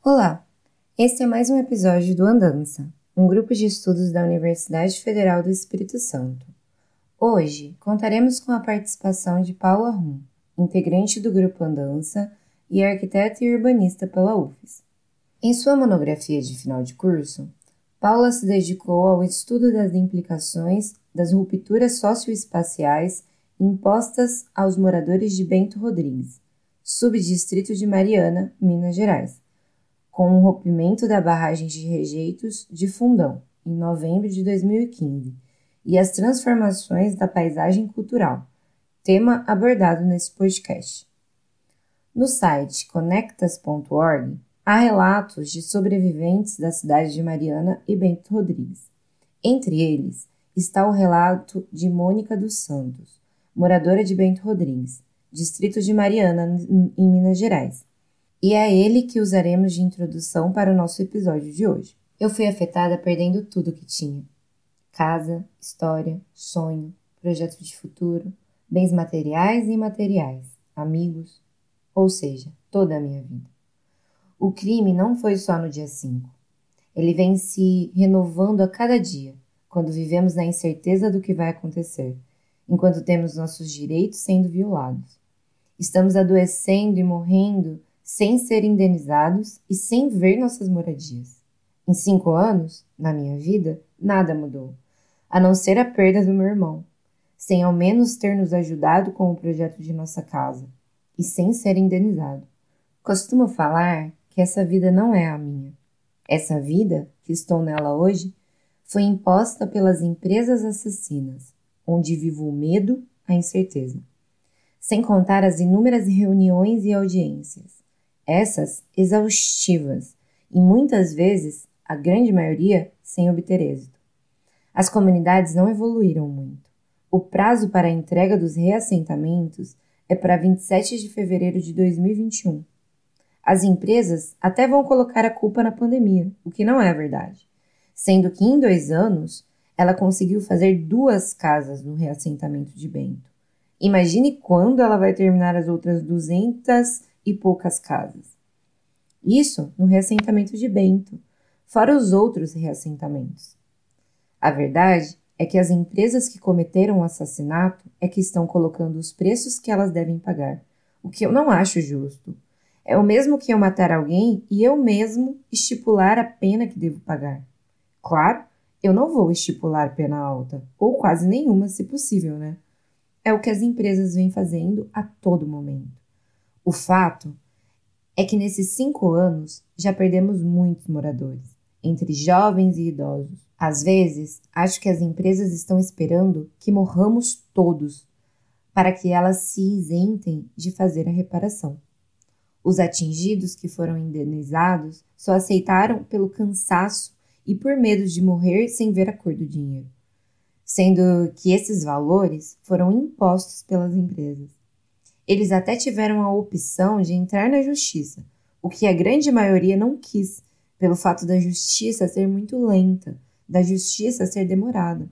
Olá, este é mais um episódio do Andança, um grupo de estudos da Universidade Federal do Espírito Santo. Hoje contaremos com a participação de Paula Rum, integrante do grupo Andança e arquiteta e urbanista pela UFES. Em sua monografia de final de curso, Paula se dedicou ao estudo das implicações das rupturas socioespaciais impostas aos moradores de Bento Rodrigues, subdistrito de Mariana, Minas Gerais, com o rompimento da barragem de rejeitos de Fundão, em novembro de 2015, e as transformações da paisagem cultural, tema abordado nesse podcast. No site conectas.org, há relatos de sobreviventes da cidade de Mariana e Bento Rodrigues. Entre eles está o relato de Mônica dos Santos, moradora de Bento Rodrigues, distrito de Mariana, em Minas Gerais. E é ele que usaremos de introdução para o nosso episódio de hoje. Eu fui afetada perdendo tudo que tinha. Casa, história, sonho, projeto de futuro, bens materiais e imateriais, amigos, ou seja, toda a minha vida. O crime não foi só no dia 5. Ele vem se renovando a cada dia, quando vivemos na incerteza do que vai acontecer, enquanto temos nossos direitos sendo violados. Estamos adoecendo e morrendo sem ser indenizados e sem ver nossas moradias. Em 5 anos, na minha vida, nada mudou, a não ser a perda do meu irmão, sem ao menos ter nos ajudado com o projeto de nossa casa, e sem ser indenizado. Costumo falar que essa vida não é a minha. Essa vida, que estou nela hoje, foi imposta pelas empresas assassinas, onde vivo o medo, a incerteza. Sem contar as inúmeras reuniões e audiências, essas exaustivas e muitas vezes, a grande maioria, sem obter êxito. As comunidades não evoluíram muito. O prazo para a entrega dos reassentamentos é para 27 de fevereiro de 2021. As empresas até vão colocar a culpa na pandemia, o que não é verdade, sendo que em 2 anos ela conseguiu fazer 2 casas no reassentamento de Bento. Imagine quando ela vai terminar as outras 200 e poucas casas. Isso no reassentamento de Bento, fora os outros reassentamentos. A verdade é que as empresas que cometeram o assassinato é que estão colocando os preços que elas devem pagar, o que eu não acho justo. É o mesmo que eu matar alguém e eu mesmo estipular a pena que devo pagar. Claro, eu não vou estipular pena alta, ou quase nenhuma se possível, né? É o que as empresas vêm fazendo a todo momento. O fato é que nesses 5 anos já perdemos muitos moradores, entre jovens e idosos. Às vezes, acho que as empresas estão esperando que morramos todos para que elas se isentem de fazer a reparação. Os atingidos que foram indenizados só aceitaram pelo cansaço e por medo de morrer sem ver a cor do dinheiro, sendo que esses valores foram impostos pelas empresas. Eles até tiveram a opção de entrar na justiça, o que a grande maioria não quis, pelo fato da justiça ser muito lenta, da justiça ser demorada.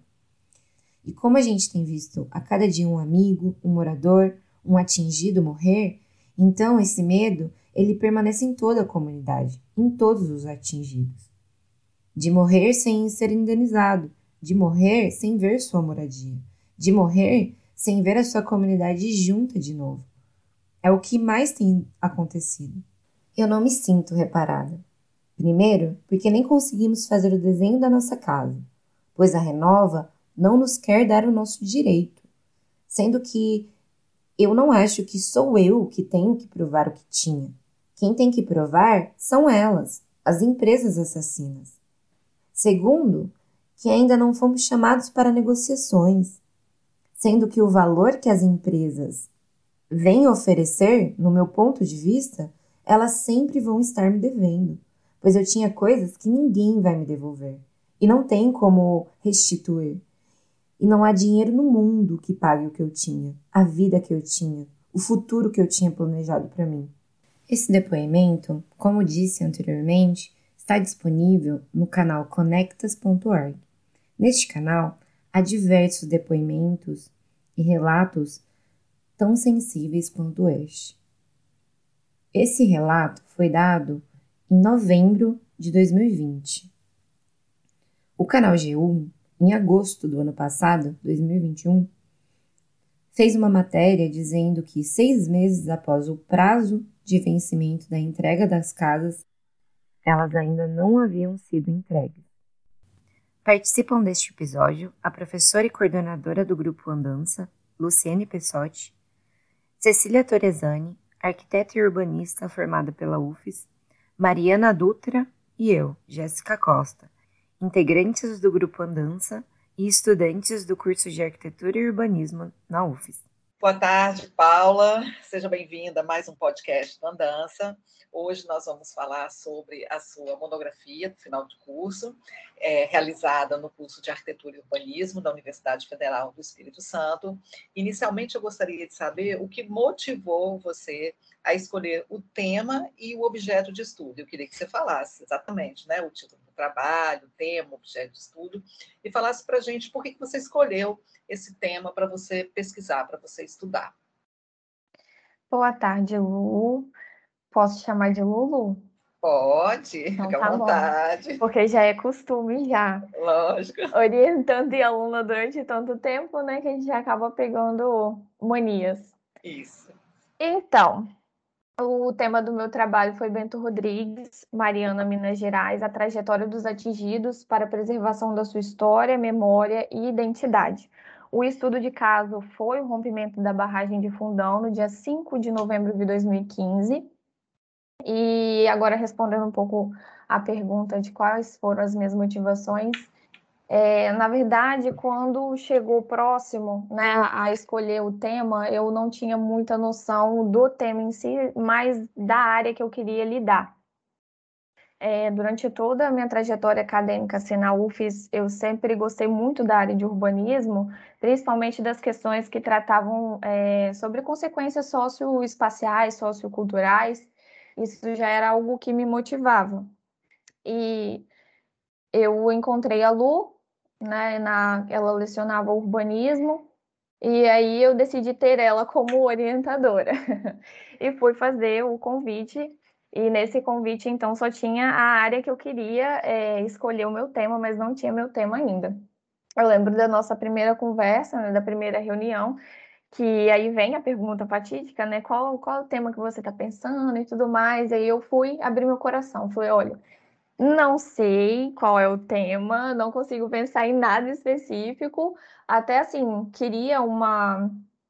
E como a gente tem visto a cada dia um amigo, um morador, um atingido morrer, então esse medo, ele permanece em toda a comunidade, em todos os atingidos. De morrer sem ser indenizado, de morrer sem ver sua moradia, de morrer sem ver a sua comunidade junta de novo. É o que mais tem acontecido. Eu não me sinto reparada. Primeiro, porque nem conseguimos fazer o desenho da nossa casa, pois a Renova não nos quer dar o nosso direito, sendo que eu não acho que sou eu que tenho que provar o que tinha. Quem tem que provar são elas, as empresas assassinas. Segundo, que ainda não fomos chamados para negociações, sendo que o valor que as empresas vêm oferecer, no meu ponto de vista, elas sempre vão estar me devendo, pois eu tinha coisas que ninguém vai me devolver, e não tem como restituir. E não há dinheiro no mundo que pague o que eu tinha, a vida que eu tinha, o futuro que eu tinha planejado para mim. Esse depoimento, como disse anteriormente, está disponível no canal conectas.org. Neste canal, há diversos depoimentos e relatos tão sensíveis quanto este. Esse relato foi dado em novembro de 2020. O canal G1, em agosto do ano passado, 2021, fez uma matéria dizendo que 6 meses após o prazo de vencimento da entrega das casas, elas ainda não haviam sido entregues. Participam deste episódio a professora e coordenadora do Grupo Andança, Luciene Pessotti, Cecília Torresani, arquiteta e urbanista formada pela UFES, Mariana Dutra e eu, Jéssica Costa, integrantes do Grupo Andança e estudantes do curso de Arquitetura e Urbanismo na UFES. Boa tarde, Paula. Seja bem-vinda a mais um podcast do Andança. Hoje nós vamos falar sobre a sua monografia do final de curso, realizada no curso de Arquitetura e Urbanismo da Universidade Federal do Espírito Santo. Inicialmente, eu gostaria de saber o que motivou você a escolher o tema e o objeto de estudo. Eu queria que você falasse exatamente, né, o título do trabalho, o tema, o objeto de estudo, e falasse para a gente por que você escolheu esse tema para você pesquisar, para você estudar. Boa tarde, Lulu. Posso te chamar de Lulu? Pode, então, fica à vontade. Bom, porque já é costume já. Lógico. Orientando e aluna durante tanto tempo, né, que a gente já acaba pegando manias. Isso. Então, o tema do meu trabalho foi Bento Rodrigues, Mariana, Minas Gerais, a trajetória dos atingidos para a preservação da sua história, memória e identidade. O estudo de caso foi o rompimento da barragem de Fundão no dia 5 de novembro de 2015. E agora, respondendo um pouco a pergunta de quais foram as minhas motivações, na verdade, quando chegou próximo, né, a escolher o tema, eu não tinha muita noção do tema em si, mas da área que eu queria lidar. Durante toda a minha trajetória acadêmica assim, na UFES, eu sempre gostei muito da área de urbanismo, principalmente das questões que tratavam sobre consequências socioespaciais, socioculturais. Isso já era algo que me motivava. E eu encontrei a Lu, né, ela lecionava urbanismo, e aí eu decidi ter ela como orientadora. E fui fazer o convite, e nesse convite, então, só tinha a área que eu queria escolher o meu tema, mas não tinha meu tema ainda. Eu lembro da nossa primeira conversa, né, da primeira reunião, que aí vem a pergunta fatídica, né? Qual é o tema que você está pensando e tudo mais. Aí eu fui abrir meu coração, falei, olha, não sei qual é o tema, não consigo pensar em nada específico. Até assim, queria uma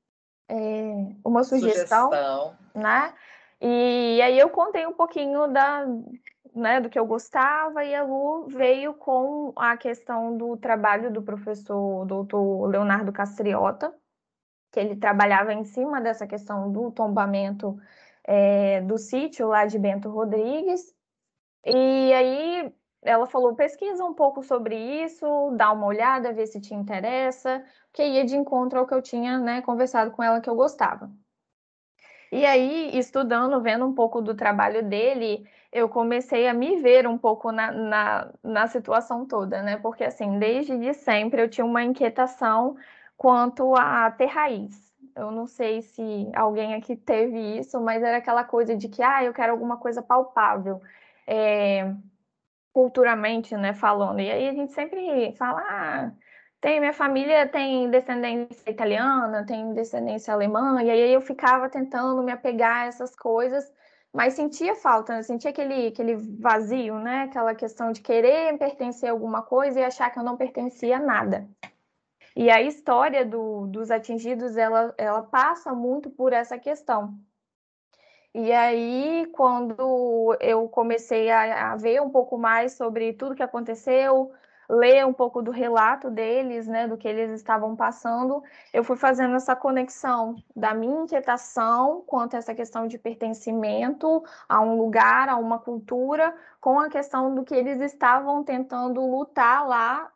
sugestão, né? E aí eu contei um pouquinho do que eu gostava, e a Lu veio com a questão do trabalho do professor doutor Leonardo Castriota, que ele trabalhava em cima dessa questão do tombamento do sítio lá de Bento Rodrigues. E aí ela falou, pesquisa um pouco sobre isso, dá uma olhada, vê se te interessa, que ia de encontro ao que eu tinha, né, conversado com ela que eu gostava. E aí, estudando, vendo um pouco do trabalho dele, eu comecei a me ver um pouco na situação toda, né? Porque, assim, desde de sempre eu tinha uma inquietação quanto a ter raiz. Eu não sei se alguém aqui teve isso, mas era aquela coisa de que, eu quero alguma coisa palpável. Culturalmente, né, falando. E aí a gente sempre fala, minha família tem descendência italiana, tem descendência alemã, e aí eu ficava tentando me apegar a essas coisas, mas sentia falta, né? Sentia aquele vazio, né? Aquela questão de querer pertencer a alguma coisa e achar que eu não pertencia a nada. E a história dos atingidos, ela passa muito por essa questão. E aí, quando eu comecei a ver um pouco mais sobre tudo que aconteceu, ler um pouco do relato deles, né, do que eles estavam passando, eu fui fazendo essa conexão da minha inquietação quanto a essa questão de pertencimento a um lugar, a uma cultura, com a questão do que eles estavam tentando lutar lá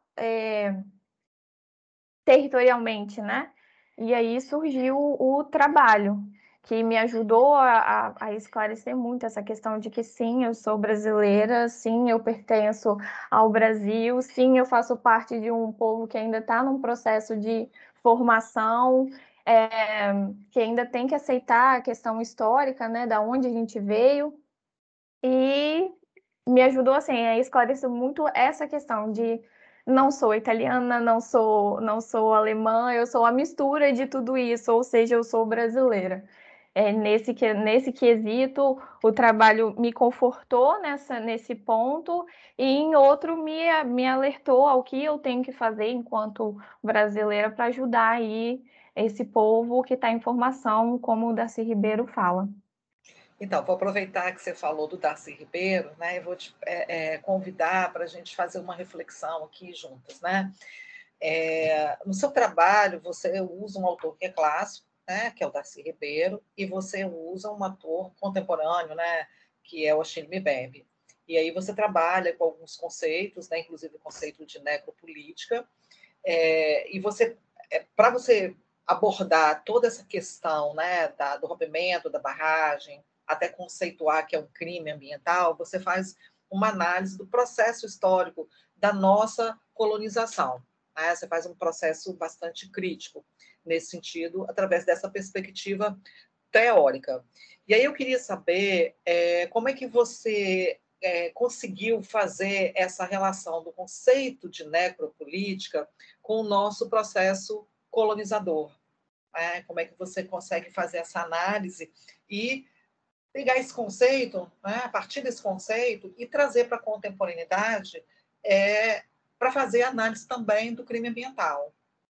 territorialmente, né? E aí surgiu o trabalho, que me ajudou a esclarecer muito essa questão de que sim, eu sou brasileira, sim, eu pertenço ao Brasil, sim, eu faço parte de um povo que ainda está num processo de formação, que ainda tem que aceitar a questão histórica, né, da onde a gente veio, e me ajudou assim, a esclarecer muito essa questão de não sou italiana, não sou alemã, eu sou a mistura de tudo isso, ou seja, eu sou brasileira. Nesse quesito, o trabalho me confortou nesse ponto, e em outro me alertou ao que eu tenho que fazer enquanto brasileira para ajudar aí esse povo que está em formação, como o Darcy Ribeiro fala. Então, vou aproveitar que você falou do Darcy Ribeiro, né, e vou te convidar para a gente fazer uma reflexão aqui juntas, né? No seu trabalho, você usa um autor que é clássico, né, que é o Darcy Ribeiro, e você usa um ator contemporâneo, né, que é o Achille Mbembe. E aí você trabalha com alguns conceitos, né, inclusive o conceito de necropolítica, e para você abordar toda essa questão, né, do rompimento da barragem, até conceituar que é um crime ambiental, você faz uma análise do processo histórico da nossa colonização. Né? Você faz um processo bastante crítico nesse sentido, através dessa perspectiva teórica. E aí eu queria saber como é que você conseguiu fazer essa relação do conceito de necropolítica com o nosso processo colonizador. Né? Como é que você consegue fazer essa análise e pegar esse conceito, né, a partir desse conceito, e trazer para a contemporaneidade para fazer análise também do crime ambiental.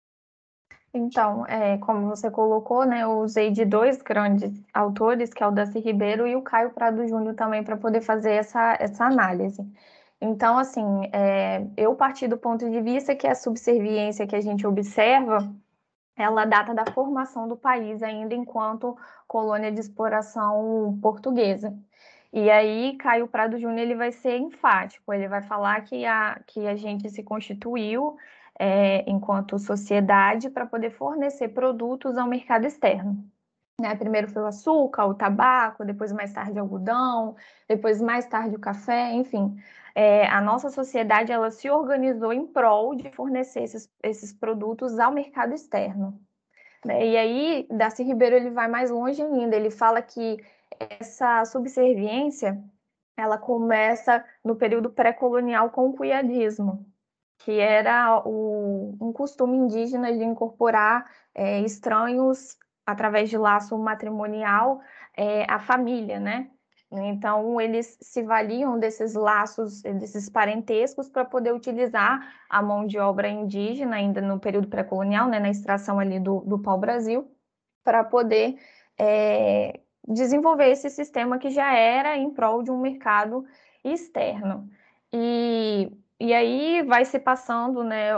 Então, como você colocou, né, eu usei de dois grandes autores, que é o Darcy Ribeiro e o Caio Prado Júnior também, para poder fazer essa análise. Então, assim, eu parti do ponto de vista que a subserviência que a gente observa, ela data da formação do país ainda enquanto colônia de exploração portuguesa. E aí, Caio Prado Júnior ele vai ser enfático, ele vai falar que a gente se constituiu enquanto sociedade para poder fornecer produtos ao mercado externo. Né? Primeiro foi o açúcar, o tabaco, depois mais tarde o algodão, depois mais tarde o café, enfim. A nossa sociedade ela se organizou em prol de fornecer esses produtos ao mercado externo. E aí, Darcy Ribeiro ele vai mais longe ainda, ele fala que essa subserviência ela começa no período pré-colonial com o cunhadismo, que era um costume indígena de incorporar estranhos através de laço matrimonial à família, né? Então, eles se valiam desses laços, desses parentescos, para poder utilizar a mão de obra indígena, ainda no período pré-colonial, né, na extração ali do pau-brasil, para poder desenvolver esse sistema que já era em prol de um mercado externo. E aí vai se passando, né,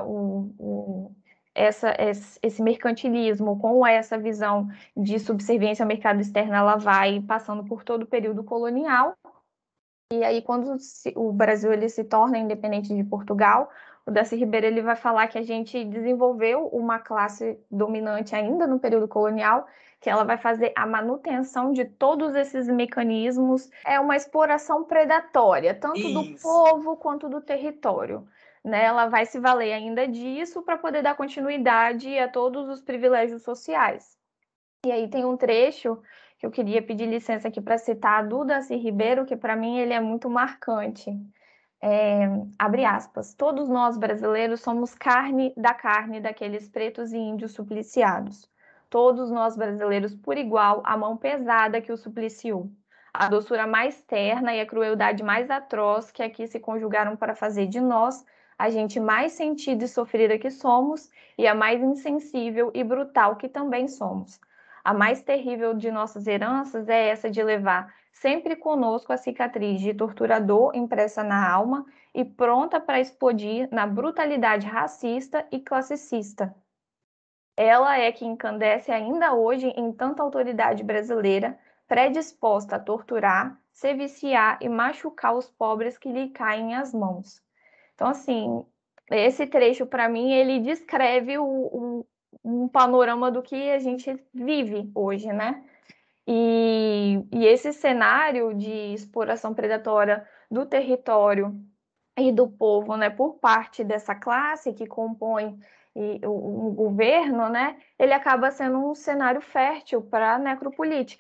esse mercantilismo com essa visão de subserviência ao mercado externo, ela vai passando por todo o período colonial. E aí, quando o Brasil ele se torna independente de Portugal, o Darcy Ribeiro ele vai falar que a gente desenvolveu uma classe dominante ainda no período colonial, que ela vai fazer a manutenção de todos esses mecanismos. É uma exploração predatória, tanto do povo quanto do território. Né? Ela vai se valer ainda disso para poder dar continuidade a todos os privilégios sociais. E aí tem um trecho que eu queria pedir licença aqui para citar do Darcy Ribeiro, que para mim ele é muito marcante. Abre aspas, todos nós brasileiros somos carne daqueles pretos e índios supliciados. Todos nós brasileiros por igual, a mão pesada que o supliciou. A doçura mais terna e a crueldade mais atroz que aqui se conjugaram para fazer de nós a gente mais sentida e sofrida que somos e a mais insensível e brutal que também somos. A mais terrível de nossas heranças é essa de levar sempre conosco a cicatriz de torturador impressa na alma e pronta para explodir na brutalidade racista e classicista. Ela é que encandece ainda hoje em tanta autoridade brasileira, predisposta a torturar, se viciar e machucar os pobres que lhe caem às mãos. Então, assim, esse trecho, para mim, ele descreve um panorama do que a gente vive hoje, né? E esse cenário de exploração predatória do território e do povo, né, por parte dessa classe que compõe o governo, né, ele acaba sendo um cenário fértil para a necropolítica,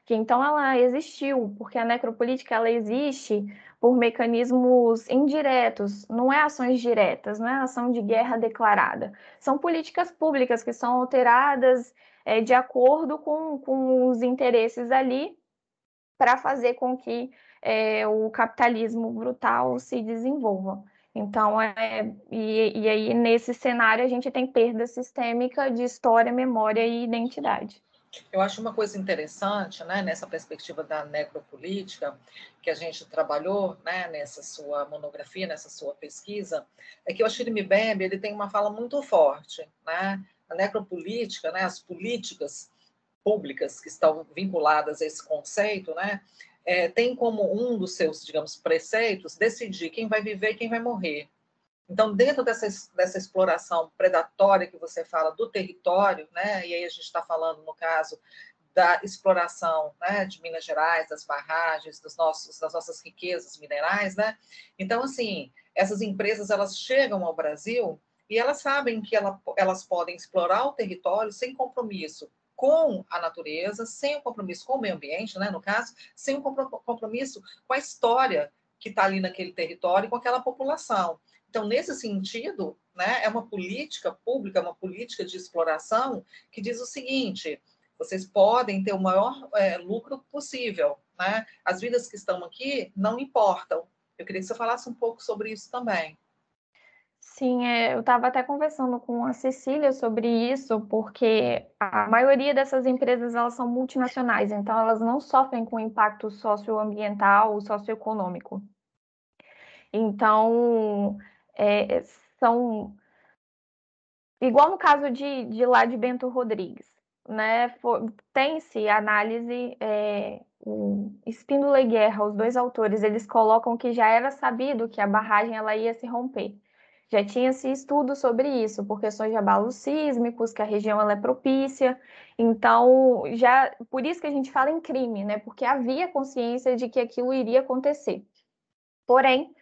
que então ela existiu, porque a necropolítica ela existe por mecanismos indiretos, não é ações diretas, não é ação de guerra declarada. São políticas públicas que são alteradas de acordo com os interesses ali para fazer com que o capitalismo brutal se desenvolva. Então, e aí nesse cenário a gente tem perda sistêmica de história, memória e identidade. Eu acho uma coisa interessante, né, nessa perspectiva da necropolítica, que a gente trabalhou, né, nessa sua monografia, nessa sua pesquisa, é que o Achille Mbembe ele tem uma fala muito forte. Né? A necropolítica, né, as políticas públicas que estão vinculadas a esse conceito, né, tem como um dos seus, digamos, preceitos decidir quem vai viver e quem vai morrer. Então, dentro dessa exploração predatória que você fala do território, né, e aí a gente está falando, no caso, da exploração, né, de Minas Gerais, das barragens, das nossas riquezas minerais, né? Então, assim, essas empresas elas chegam ao Brasil e elas sabem que elas podem explorar o território sem compromisso com a natureza, sem o compromisso com o meio ambiente, né, no caso, sem o compromisso com a história que está ali naquele território e com aquela população. Então, nesse sentido, né, é uma política pública, uma política de exploração que diz o seguinte: vocês podem ter o maior lucro possível, né? As vidas que estão aqui não importam. Eu queria que você falasse um pouco sobre isso também. Sim, eu estava até conversando com a Cecília sobre isso, porque a maioria dessas empresas elas são multinacionais, então elas não sofrem com impacto socioambiental, socioeconômico. Então, são igual no caso de lá de Bento Rodrigues, né? Tem-se análise, o Espíndola e Guerra, os dois autores, eles colocam que já era sabido que a barragem ela ia se romper. Já tinha-se estudo sobre isso, por questões de abalos sísmicos, que a região ela é propícia. Então, por isso que a gente fala em crime, né? Porque havia consciência de que aquilo iria acontecer. Porém,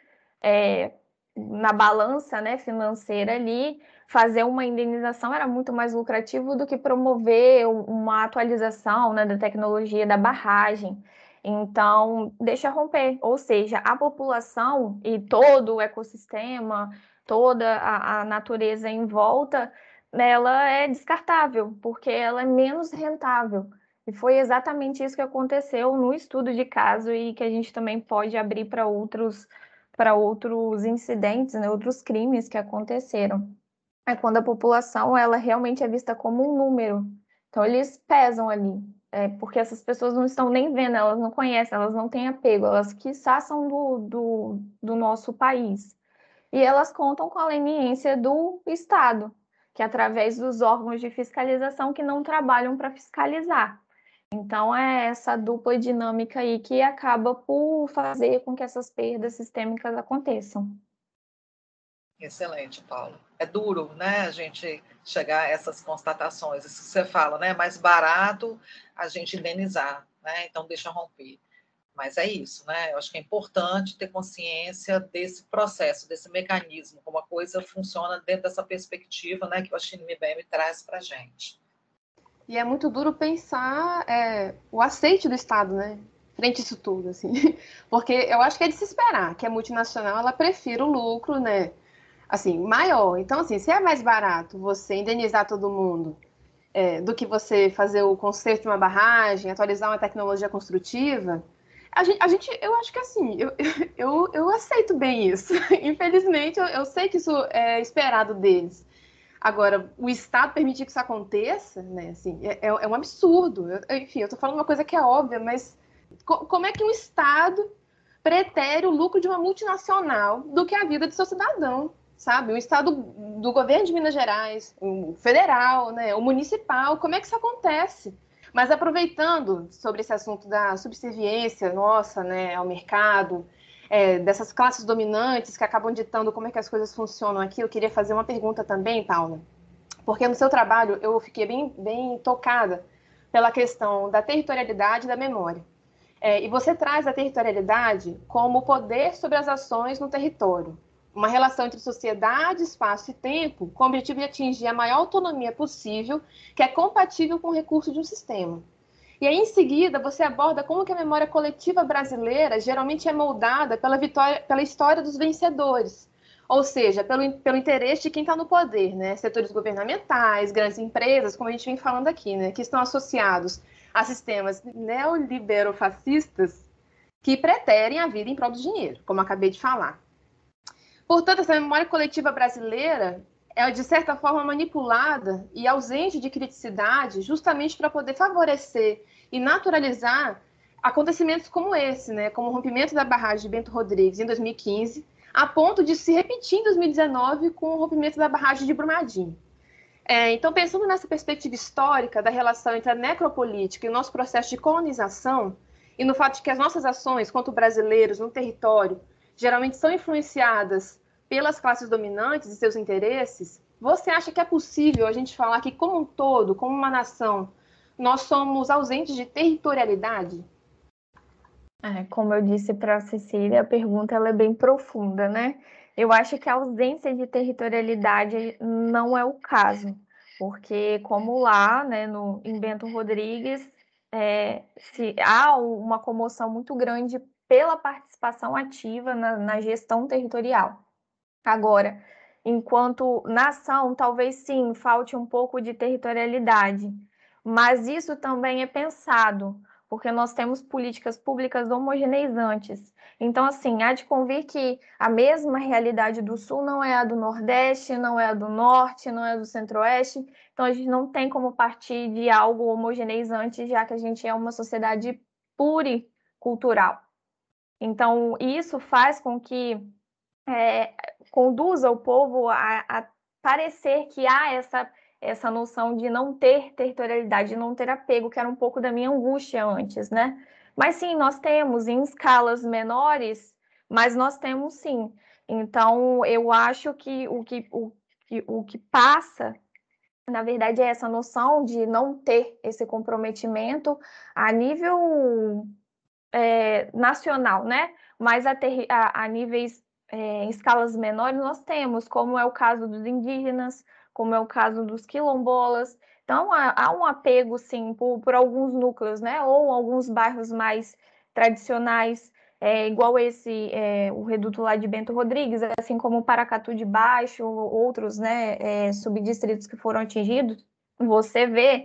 na balança, né, financeira ali, fazer uma indenização era muito mais lucrativo do que promover uma atualização, né, da tecnologia da barragem. Então, deixa romper, ou seja, a população e todo o ecossistema, toda a natureza em volta, ela é descartável, porque ela é menos rentável. E foi exatamente isso que aconteceu no estudo de caso e que a gente também pode abrir para outros incidentes, né, outros crimes que aconteceram. É quando a população ela realmente é vista como um número. Então, eles pesam ali, porque essas pessoas não estão nem vendo, elas não conhecem, elas não têm apego, elas quiçá são do nosso país. E elas contam com a leniência do Estado, que através dos órgãos de fiscalização que não trabalham para fiscalizar. Então, é essa dupla dinâmica aí que acaba por fazer com que essas perdas sistêmicas aconteçam. Excelente, Paulo. É duro, né, a gente chegar a essas constatações. Isso que você fala, né? É mais barato a gente indenizar, né? Então, deixa romper. Mas é isso, né? Eu acho que é importante ter consciência desse processo, desse mecanismo, como a coisa funciona dentro dessa perspectiva, né, que o Achille Mbembe traz para a gente. E é muito duro pensar o aceite do Estado, né? Frente a isso tudo, assim. Porque eu acho que é de se esperar que a multinacional, ela prefira o lucro, né? Assim, maior. Então, assim, se é mais barato você indenizar todo mundo do que você fazer o conserto de uma barragem, atualizar uma tecnologia construtiva, eu acho que assim, eu aceito bem isso. Infelizmente, eu sei que isso é esperado deles. Agora, o Estado permitir que isso aconteça, né, assim, é um absurdo. Enfim, eu tô falando uma coisa que é óbvia, mas como é que um Estado pretere o lucro de uma multinacional do que a vida de seu cidadão, sabe? O Estado do governo de Minas Gerais, o federal, né, o municipal, como é que isso acontece? Mas aproveitando sobre esse assunto da subserviência nossa, né, ao mercado, dessas classes dominantes que acabam ditando como é que as coisas funcionam aqui, eu queria fazer uma pergunta também, Paula, porque no seu trabalho eu fiquei bem tocada pela questão da territorialidade e da memória. E você traz a territorialidade como poder sobre as ações no território, uma relação entre sociedade, espaço e tempo, com o objetivo de atingir a maior autonomia possível, que é compatível com o recurso de um sistema. E aí, em seguida, você aborda como que a memória coletiva brasileira geralmente é moldada pela história dos vencedores, ou seja, pelo interesse de quem está no poder, né? Setores governamentais, grandes empresas, como a gente vem falando aqui, né? Que estão associados a sistemas neoliberofascistas que preterem a vida em prol do dinheiro, como eu acabei de falar. Portanto, essa memória coletiva brasileira é, de certa forma, manipulada e ausente de criticidade justamente para poder favorecer e naturalizar acontecimentos como esse, né? Como o rompimento da barragem de Bento Rodrigues em 2015, a ponto de se repetir em 2019 com o rompimento da barragem de Brumadinho. Então, pensando nessa perspectiva histórica da relação entre a necropolítica e o nosso processo de colonização, e no fato de que as nossas ações, quanto brasileiros no território, geralmente são influenciadas pelas classes dominantes e seus interesses, você acha que é possível a gente falar que, como um todo, como uma nação, nós somos ausentes de territorialidade? Como eu disse para a Cecília, a pergunta ela é bem profunda, né? Eu acho que a ausência de territorialidade não é o caso, porque como lá, né, em Bento Rodrigues, há uma comoção muito grande pela participação ativa na gestão territorial. Agora, enquanto nação, talvez sim, falte um pouco de territorialidade, mas isso também é pensado, porque nós temos políticas públicas homogeneizantes. Então, assim, há de convir que a mesma realidade do Sul não é a do Nordeste, não é a do Norte, não é a do Centro-Oeste. Então, a gente não tem como partir de algo homogeneizante, já que a gente é uma sociedade pluricultural. Então, isso faz com que conduza o povo a parecer que há essa noção de não ter territorialidade, de não ter apego, que era um pouco da minha angústia antes, né? Mas sim, nós temos em escalas menores, mas nós temos sim. Então, eu acho que o que passa, na verdade, é essa noção de não ter esse comprometimento a nível nacional, né? Mas a níveis em escalas menores nós temos, como é o caso dos indígenas, como é o caso dos quilombolas. Então, há um apego, sim, por alguns núcleos, né? Ou alguns bairros mais tradicionais, igual o reduto lá de Bento Rodrigues, assim como o Paracatu de Baixo, outros, né, subdistritos que foram atingidos. Você vê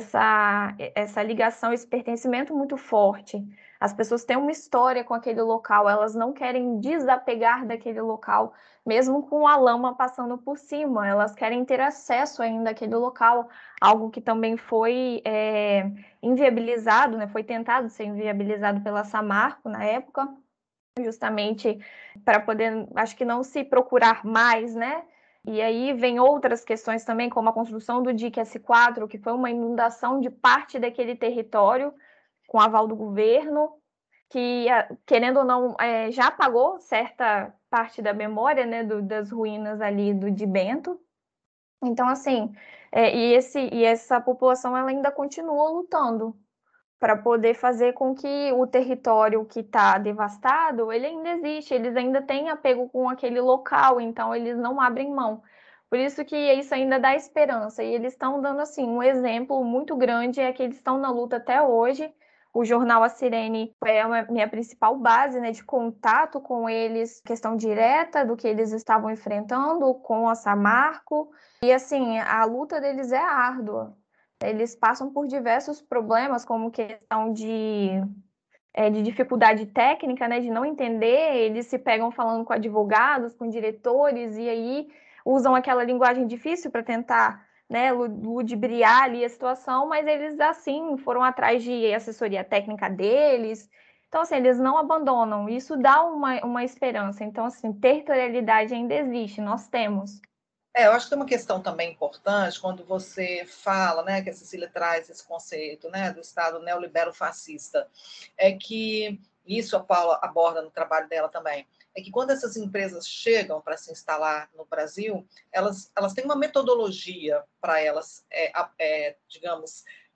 essa ligação, esse pertencimento muito forte. As pessoas têm uma história com aquele local, elas não querem desapegar daquele local, mesmo com a lama passando por cima, elas querem ter acesso ainda àquele local, algo que também foi inviabilizado, né? Foi tentado ser inviabilizado pela Samarco na época, justamente para poder, acho que não se procurar mais, né? E aí vem outras questões também, como a construção do dique S4, que foi uma inundação de parte daquele território, com aval do governo, que, querendo ou não, já apagou certa parte da memória, né, das ruínas ali de Bento. Então, assim, e essa população ela ainda continua lutando para poder fazer com que o território que está devastado, ele ainda existe, eles ainda têm apego com aquele local, então eles não abrem mão. Por isso que isso ainda dá esperança, e eles estão dando, assim, um exemplo muito grande, é que eles estão na luta até hoje. O jornal A Sirene é a minha principal base, né, de contato com eles, questão direta do que eles estavam enfrentando com a Samarco, e assim, a luta deles é árdua. Eles passam por diversos problemas, como questão de dificuldade técnica, né, de não entender, eles se pegam falando com advogados, com diretores, e aí usam aquela linguagem difícil para tentar, né, ludibriar ali a situação, mas eles, assim, foram atrás de assessoria técnica deles. Então, assim, eles não abandonam. Isso dá uma esperança. Então, assim, territorialidade ainda existe, nós temos. Eu acho que tem uma questão também importante quando você fala, né, que a Cecília traz esse conceito, né, do Estado neolibero-fascista, é que isso a Paula aborda no trabalho dela também, é que quando essas empresas chegam para se instalar no Brasil, elas têm uma metodologia para elas, digamos,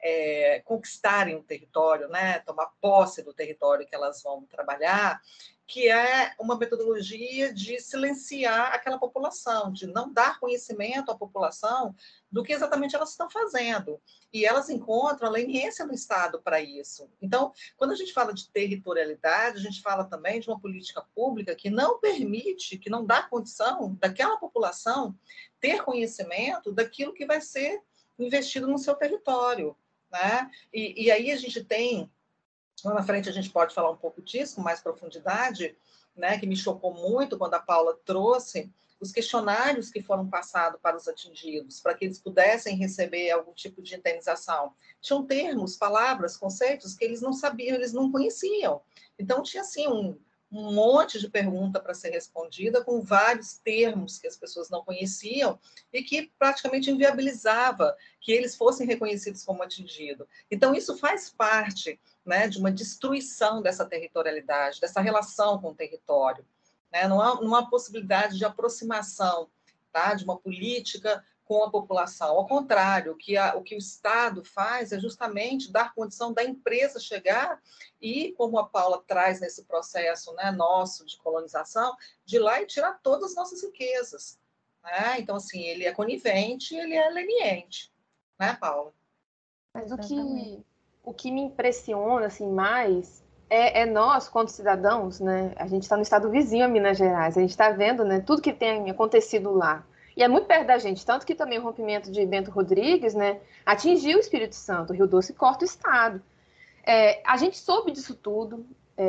conquistarem o território, né, tomar posse do território que elas vão trabalhar, que é uma metodologia de silenciar aquela população, de não dar conhecimento à população do que exatamente elas estão fazendo. E elas encontram a leniência do Estado para isso. Então, quando a gente fala de territorialidade, a gente fala também de uma política pública que não permite, que não dá condição daquela população ter conhecimento daquilo que vai ser investido no seu território, né? E aí a gente tem, lá na frente a gente pode falar um pouco disso com mais profundidade, né, que me chocou muito quando a Paula trouxe os questionários que foram passados para os atingidos, para que eles pudessem receber algum tipo de indenização. Tinham termos, palavras, conceitos que eles não sabiam, eles não conheciam. Então, tinha, assim, um monte de pergunta para ser respondida com vários termos que as pessoas não conheciam e que praticamente inviabilizava que eles fossem reconhecidos como atingidos. Então, isso faz parte, né, de uma destruição dessa territorialidade, dessa relação com o território. Né? Não há possibilidade de aproximação, tá, de uma política com a população. Ao contrário, o que o Estado faz é justamente dar condição da empresa chegar e, como a Paula traz nesse processo, né, nosso de colonização, de ir lá e tirar todas as nossas riquezas. Né? Então, assim, ele é conivente, ele é leniente. Né, Paula? Mas o que me impressiona assim, mais é nós, quanto cidadãos, né? A gente está no estado vizinho a Minas Gerais, a gente está vendo, né, tudo que tem acontecido lá. E é muito perto da gente, tanto que também o rompimento de Bento Rodrigues, né, atingiu o Espírito Santo, o Rio Doce corta o estado. A gente soube disso tudo.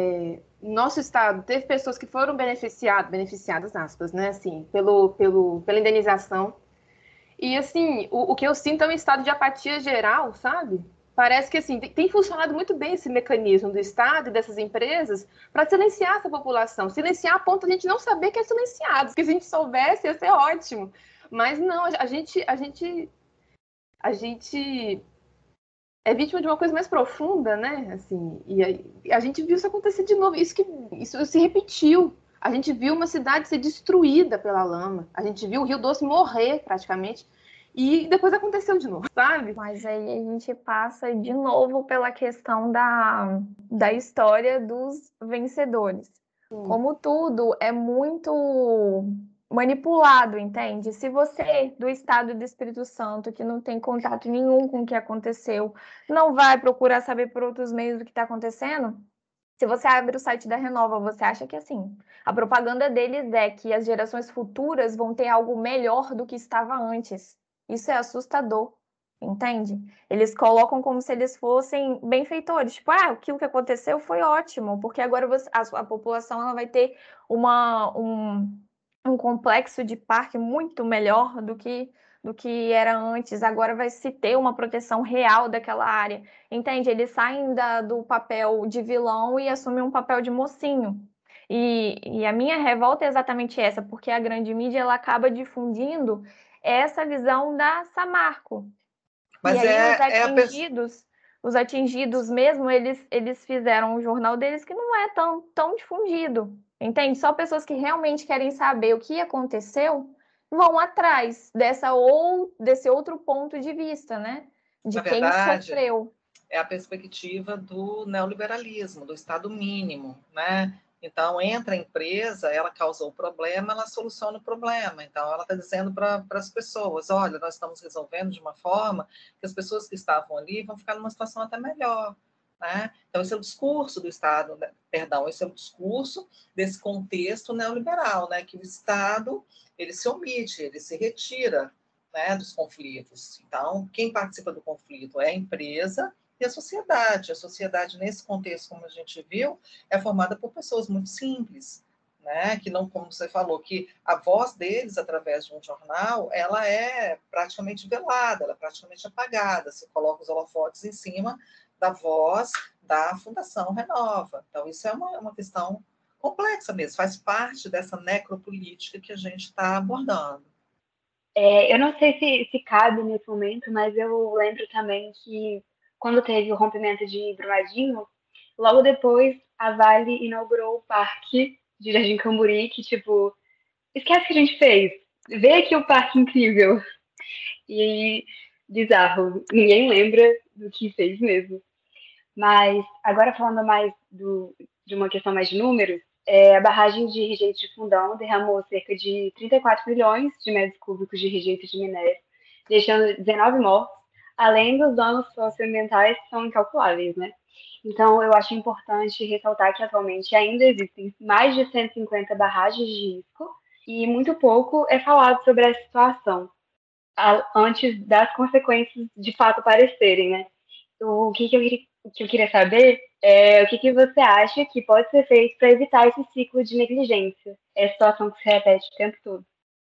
Nosso estado teve pessoas que foram beneficiadas, aspas, né, assim, pela indenização. E, assim, o que eu sinto é um estado de apatia geral, sabe? Parece que, assim, tem funcionado muito bem esse mecanismo do Estado e dessas empresas para silenciar essa população. Silenciar a ponto de a gente não saber que é silenciado. Porque se a gente soubesse, ia ser ótimo. Mas não, a gente é vítima de uma coisa mais profunda, né? Assim, e a gente viu isso acontecer de novo. Isso se repetiu. A gente viu uma cidade ser destruída pela lama. A gente viu o Rio Doce morrer, praticamente. E depois aconteceu de novo, sabe? Mas aí a gente passa de novo pela questão da história dos vencedores. Como tudo é muito manipulado, entende? Se você, do estado do Espírito Santo, que não tem contato nenhum com o que aconteceu, não vai procurar saber por outros meios o que está acontecendo, se você abre o site da Renova, você acha que, assim, a propaganda deles é que as gerações futuras vão ter algo melhor do que estava antes. Isso é assustador, entende? Eles colocam como se eles fossem benfeitores. Tipo, aquilo que aconteceu foi ótimo, porque agora a população ela vai ter um complexo de parque muito melhor do que era antes. Agora vai se ter uma proteção real daquela área. Entende? Eles saem do papel de vilão e assumem um papel de mocinho. E a minha revolta é exatamente essa, porque a grande mídia ela acaba difundindo essa visão da Samarco. Mas e aí os atingidos mesmo, eles fizeram um jornal deles que não é tão difundido, entende? Só pessoas que realmente querem saber o que aconteceu vão atrás desse outro ponto de vista, né? De quem sofreu. É a perspectiva do neoliberalismo, do Estado mínimo, né? Então, entra a empresa, ela causou o problema, ela soluciona o problema. Então, ela está dizendo para as pessoas, olha, nós estamos resolvendo de uma forma que as pessoas que estavam ali vão ficar numa situação até melhor. Né? Então, esse é o discurso do Estado, esse é o discurso desse contexto neoliberal, né? Que o Estado, ele se omite, ele se retira, né, dos conflitos. Então, quem participa do conflito é a empresa e a sociedade. A sociedade, nesse contexto, como a gente viu, é formada por pessoas muito simples, né? Que não, como você falou, que a voz deles, através de um jornal, ela é praticamente velada, ela é praticamente apagada. Se coloca os holofotes em cima da voz da Fundação Renova. Então, isso é uma questão complexa mesmo, faz parte dessa necropolítica que a gente está abordando. Eu não sei se cabe nesse momento, mas eu lembro também que quando teve o rompimento de Brumadinho, logo depois a Vale inaugurou o parque de Jardim Camburi, que, tipo, esquece o que a gente fez. Vê aqui o parque incrível. E bizarro. Ninguém lembra do que fez mesmo. Mas agora falando mais de uma questão mais de números, a barragem de rejeito de Fundão derramou cerca de 34 milhões de metros cúbicos de rejeito de minério, deixando 19 mortos, além dos danos socioambientais que são incalculáveis, né? Então, eu acho importante ressaltar que atualmente ainda existem mais de 150 barragens de risco e muito pouco é falado sobre essa situação antes das consequências de fato aparecerem, né? O que eu queria saber é o que você acha que pode ser feito para evitar esse ciclo de negligência, essa situação que se repete o tempo todo.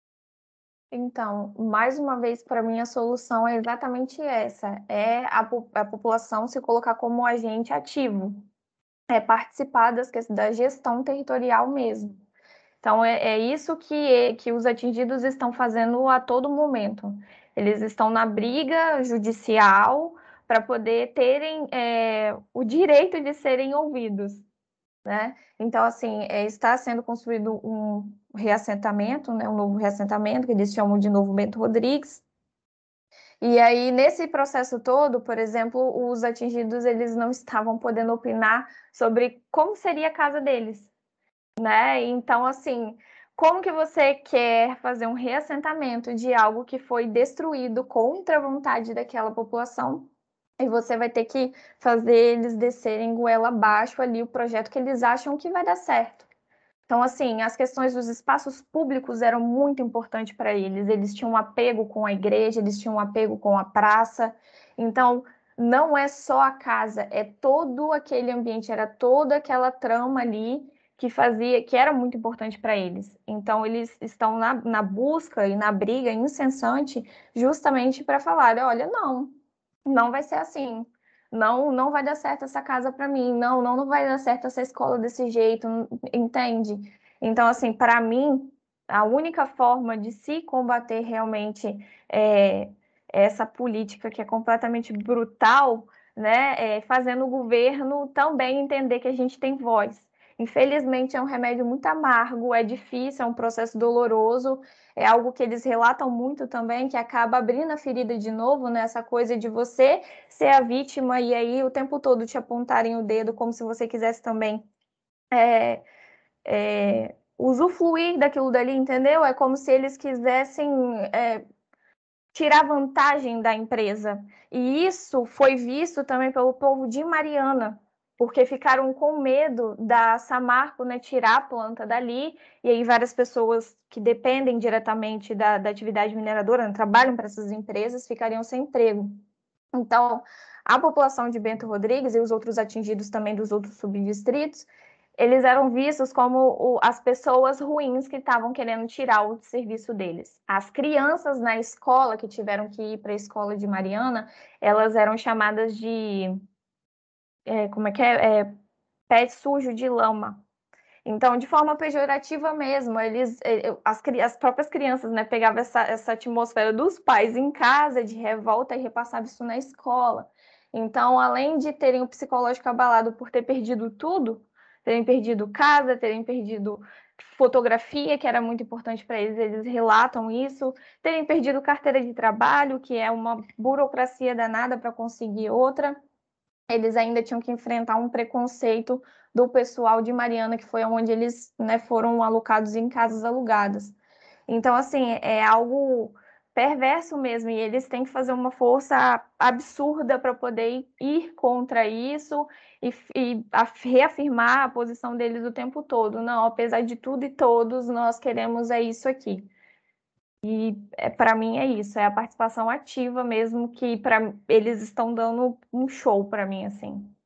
Então, mais uma vez, para mim, a solução é exatamente essa: é a população se colocar como agente ativo, é participar da gestão territorial mesmo. Então, é isso que os atingidos estão fazendo a todo momento. Eles estão na briga judicial para poder terem o direito de serem ouvidos, né? Então, assim, está sendo construído um reassentamento, né? Um novo reassentamento, que eles chamam de Novo Bento Rodrigues. E aí, nesse processo todo, por exemplo, os atingidos eles não estavam podendo opinar sobre como seria a casa deles, né? Então, assim, como que você quer fazer um reassentamento de algo que foi destruído contra a vontade daquela população? E você vai ter que fazer eles descerem goela abaixo ali o projeto que eles acham que vai dar certo. Então, assim, as questões dos espaços públicos eram muito importantes para eles. Eles tinham um apego com a igreja, eles tinham um apego com a praça. Então, não é só a casa, é todo aquele ambiente, era toda aquela trama ali que era muito importante para eles. Então, eles estão na busca e na briga incessante justamente para falar, olha, não vai ser assim. Não vai dar certo essa casa para mim. Não vai dar certo essa escola desse jeito, entende? Então, assim, para mim, a única forma de se combater realmente essa política que é completamente brutal, né, é fazendo o governo também entender que a gente tem voz. Infelizmente, é um remédio muito amargo, é difícil, é um processo doloroso, é algo que eles relatam muito também, que acaba abrindo a ferida de novo, né? Essa coisa de você ser a vítima e aí o tempo todo te apontarem o dedo como se você quisesse também usufruir daquilo dali, entendeu? É como se eles quisessem tirar vantagem da empresa. E isso foi visto também pelo povo de Mariana, porque ficaram com medo da Samarco, né, tirar a planta dali, e aí várias pessoas que dependem diretamente da atividade mineradora, né, trabalham para essas empresas, ficariam sem emprego. Então, a população de Bento Rodrigues e os outros atingidos também dos outros subdistritos, eles eram vistos como as pessoas ruins que estavam querendo tirar o serviço deles. As crianças na escola que tiveram que ir para a escola de Mariana, elas eram chamadas de pé sujo de lama. Então, de forma pejorativa mesmo, as próprias crianças, né, pegavam essa atmosfera dos pais em casa de revolta e repassavam isso na escola. Então, além de terem o psicológico abalado por ter perdido tudo, terem perdido casa, terem perdido fotografia, que era muito importante para eles, eles relatam isso, terem perdido carteira de trabalho, que é uma burocracia danada para conseguir outra. Eles ainda tinham que enfrentar um preconceito do pessoal de Mariana, que foi onde eles, né, foram alocados em casas alugadas. Então, assim, é algo perverso mesmo, e eles têm que fazer uma força absurda para poder ir contra isso e reafirmar a posição deles o tempo todo. Não, apesar de tudo e todos, nós queremos isso aqui. E para mim é isso, é a participação ativa mesmo, que eles estão dando um show para mim, assim.